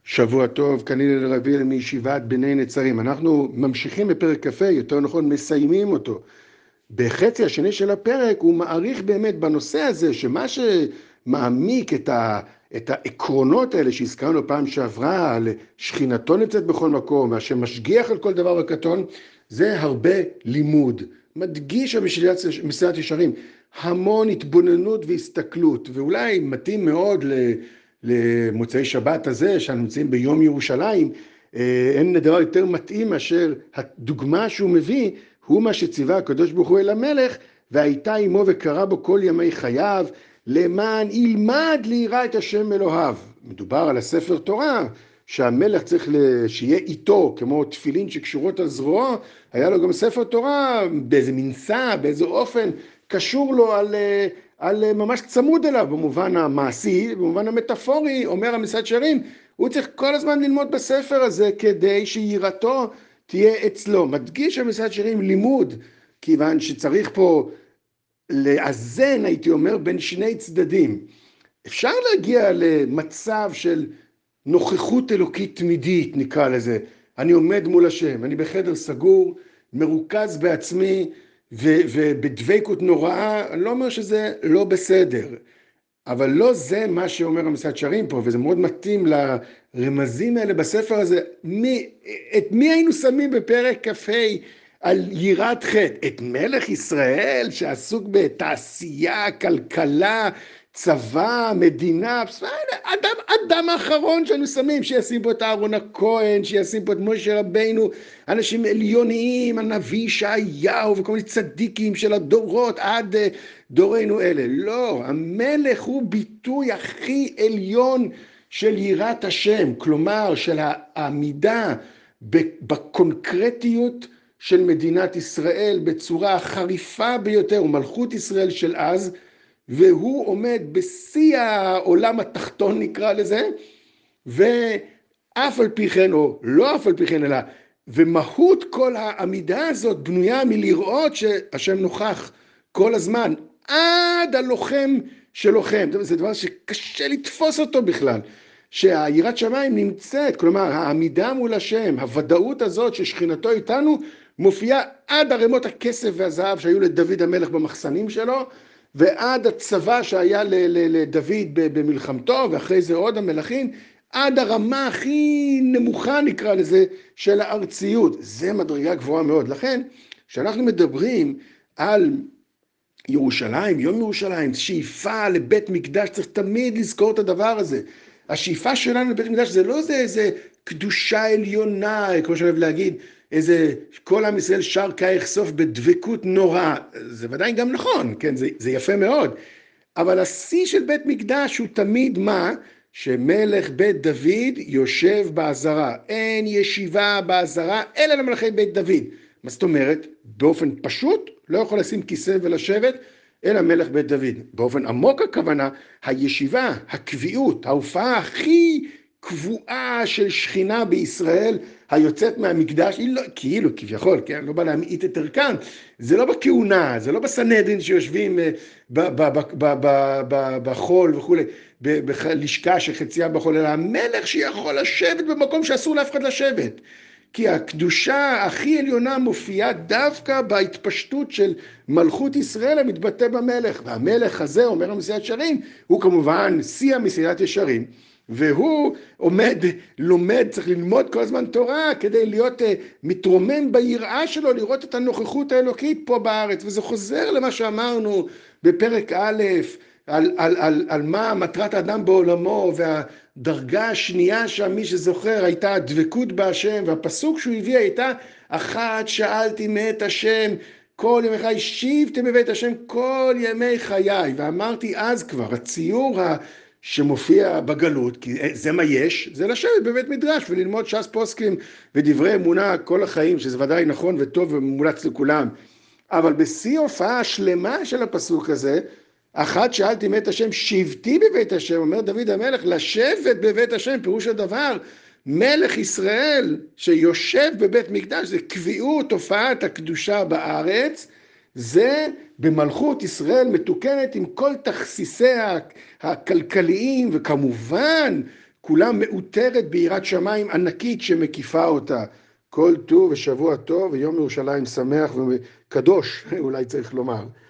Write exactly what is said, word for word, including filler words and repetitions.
שבוע טוב, כאן הלל רביע מישיבת בני נצרים. אנחנו ממשיכים בפרק כ"ה, יותר נכון מסיימים אותו. בחצי השני של הפרק הוא מעריך באמת בנושא הזה, שמה שמעמיק את, ה, את העקרונות האלה שהזכרנו פעם שעברה, על שכינתו נמצאת בכל מקום, מה שמשגיח על כל דבר וקטון, זה הרבה לימוד. מדגיש המסילת ישרים, המון התבוננות והסתכלות, ואולי מתאים מאוד ל... למוצאי שבת הזה, שאנחנו נמצאים ביום ירושלים, אין דבר יותר מתאים מאשר הדוגמה שהוא מביא, הוא מה שציווה הקדוש ברוך הוא אל המלך, והייתה עמו וקרא בו כל ימי חייו, למען ילמד ליראה את השם אלוהיו. מדובר על הספר תורה, שהמלך צריך שיהיה איתו, כמו תפילין שקשורות על זרועו, היה לו גם ספר תורה, באיזה מנסה, באיזה אופן, קשור לו על... על ממש צמוד אליו, במובן המעשי, במובן המטאפורי, אומר המסילת ישרים, הוא צריך כל הזמן ללמוד בספר הזה, כדי שיראתו תהיה אצלו. מדגיש המסילת ישרים לימוד, כיוון שצריך פה לאזן, הייתי אומר, בין שני צדדים. אפשר להגיע למצב של נוכחות אלוקית תמידית, נקרא לזה. אני עומד מול השם, אני בחדר סגור, מרוכז בעצמי, ו- ובדבקות נוראה. אני לא אומר שזה לא בסדר, אבל לא זה מה שאומר המסילת ישרים פה, וזה מאוד מתאים לרמזים האלה בספר הזה. מי, את מי היינו שמים בפרק כ"ה על יראת חטא? את מלך ישראל שעסוק בתעשייה, כלכלה, צבא, מדינה, אדם, אדם האחרון שהיינו שמים, שישים פה את אהרון הכהן, שישים פה את משה רבינו, אנשים עליוניים, הנביא ישעיהו וכל מיני צדיקים של הדורות עד דורנו אלה. לא, המלך הוא ביטוי הכי עליון של יראת השם, כלומר של העמידה בקונקרטיות של מדינת ישראל בצורה החריפה ביותר, ומלכות ישראל של אז, והוא עומד בשיא העולם התחתון נקרא לזה, ואף על פי כן, או לא אף על פי כן, אלא, ומהות כל העמידה הזאת בנויה מלראות שהשם נוכח כל הזמן, עד הלוחם שלוחם. זה דבר שקשה לתפוס אותו בכלל, שהיראת שמיים נמצאת, כלומר העמידה מול השם, הוודאות הזאת ששכינתו איתנו, מופיעה עד ערימות הכסף והזהב שהיו לדוד המלך במחסנים שלו, ועד הצבא שהיה לדוד במלחמתו, ואחרי זה עוד המלכים, עד הרמה הכי נמוכה נקרא לזה, של הארציות. זה מדרגה גבוהה מאוד. לכן, כשאנחנו מדברים על ירושלים, יום ירושלים, שאיפה לבית מקדש, צריך תמיד לזכור את הדבר הזה. השאיפה שלנו לבית מקדש זה לא זה איזה קדושה עליונה, כמו שאני אוהב להגיד, איזה כל עם ישראל שר כיחשוף בדבקות נורא. זה ודאי גם נכון, כן, זה, זה יפה מאוד. אבל השיא של בית מקדש הוא תמיד מה? שמלך בית דוד יושב בעזרה. אין ישיבה בעזרה, אלא למלכי בית דוד. מה זאת אומרת? באופן פשוט, לא יכול לשים כיסא ולשבת, אלא מלך בית דוד. באופן עמוק הכוונה, הישיבה, הקביעות, ההופעה הכי קבועה של שכינה בישראל, היוצאת מהמקדש, היא לא, כאילו, כביכול, כן, לא בא להמעיט את ערכם, זה לא בכהונה, זה לא בסנהדרין שיושבים בחול וכו', בלשכה שחצייה בחול, אלא המלך שיכול לשבת במקום שאסור לאף אחד לשבת. כי הקדושה הכי עליונה מופיעה דווקא בהתפשטות של מלכות ישראל המתבטא במלך. והמלך הזה, אומר המסילת ישרים, הוא כמובן שיא המסילת ישרים, והוא עומד, לומד, צריך ללמוד כל הזמן תורה, כדי להיות uh, מתרומם ביראה שלו, לראות את הנוכחות האלוקית פה בארץ. וזה חוזר למה שאמרנו בפרק א', על, על, על, על מה מטרת האדם בעולמו, והדרגה השנייה שם, מי שזוכר, הייתה הדבקות בהשם, והפסוק שהוא הביא הייתה, אחת שאלתי מאת השם, כל ימי חיי, שיבתם בבית השם כל ימי חיי. ואמרתי אז כבר, הציור ה... שמופיע בגלות, כי זה מה יש, זה לשבת בבית מדרש וללמוד ש"ס פוסקים ודברי אמונה כל החיים, שזה ודאי נכון וטוב ומומלץ לכולם. אבל בשיא הופעה השלמה של הפסוק הזה, אחת שאלתי מאת השם, שבתי בבית השם, אומר דוד המלך, לשבת בבית השם, פירוש הדבר, מלך ישראל שיושב בבית מקדש, זה קביעות הופעת הקדושה בארץ, זה במלכות ישראל מתוקנת עם כל תכסיסיה הכלכליים, וכמובן כולה מאותרת ביראת שמיים ענקית שמקיפה אותה. כל טוב ושבוע טוב ויום ירושלים שמח וקדוש, אולי צריך לומר.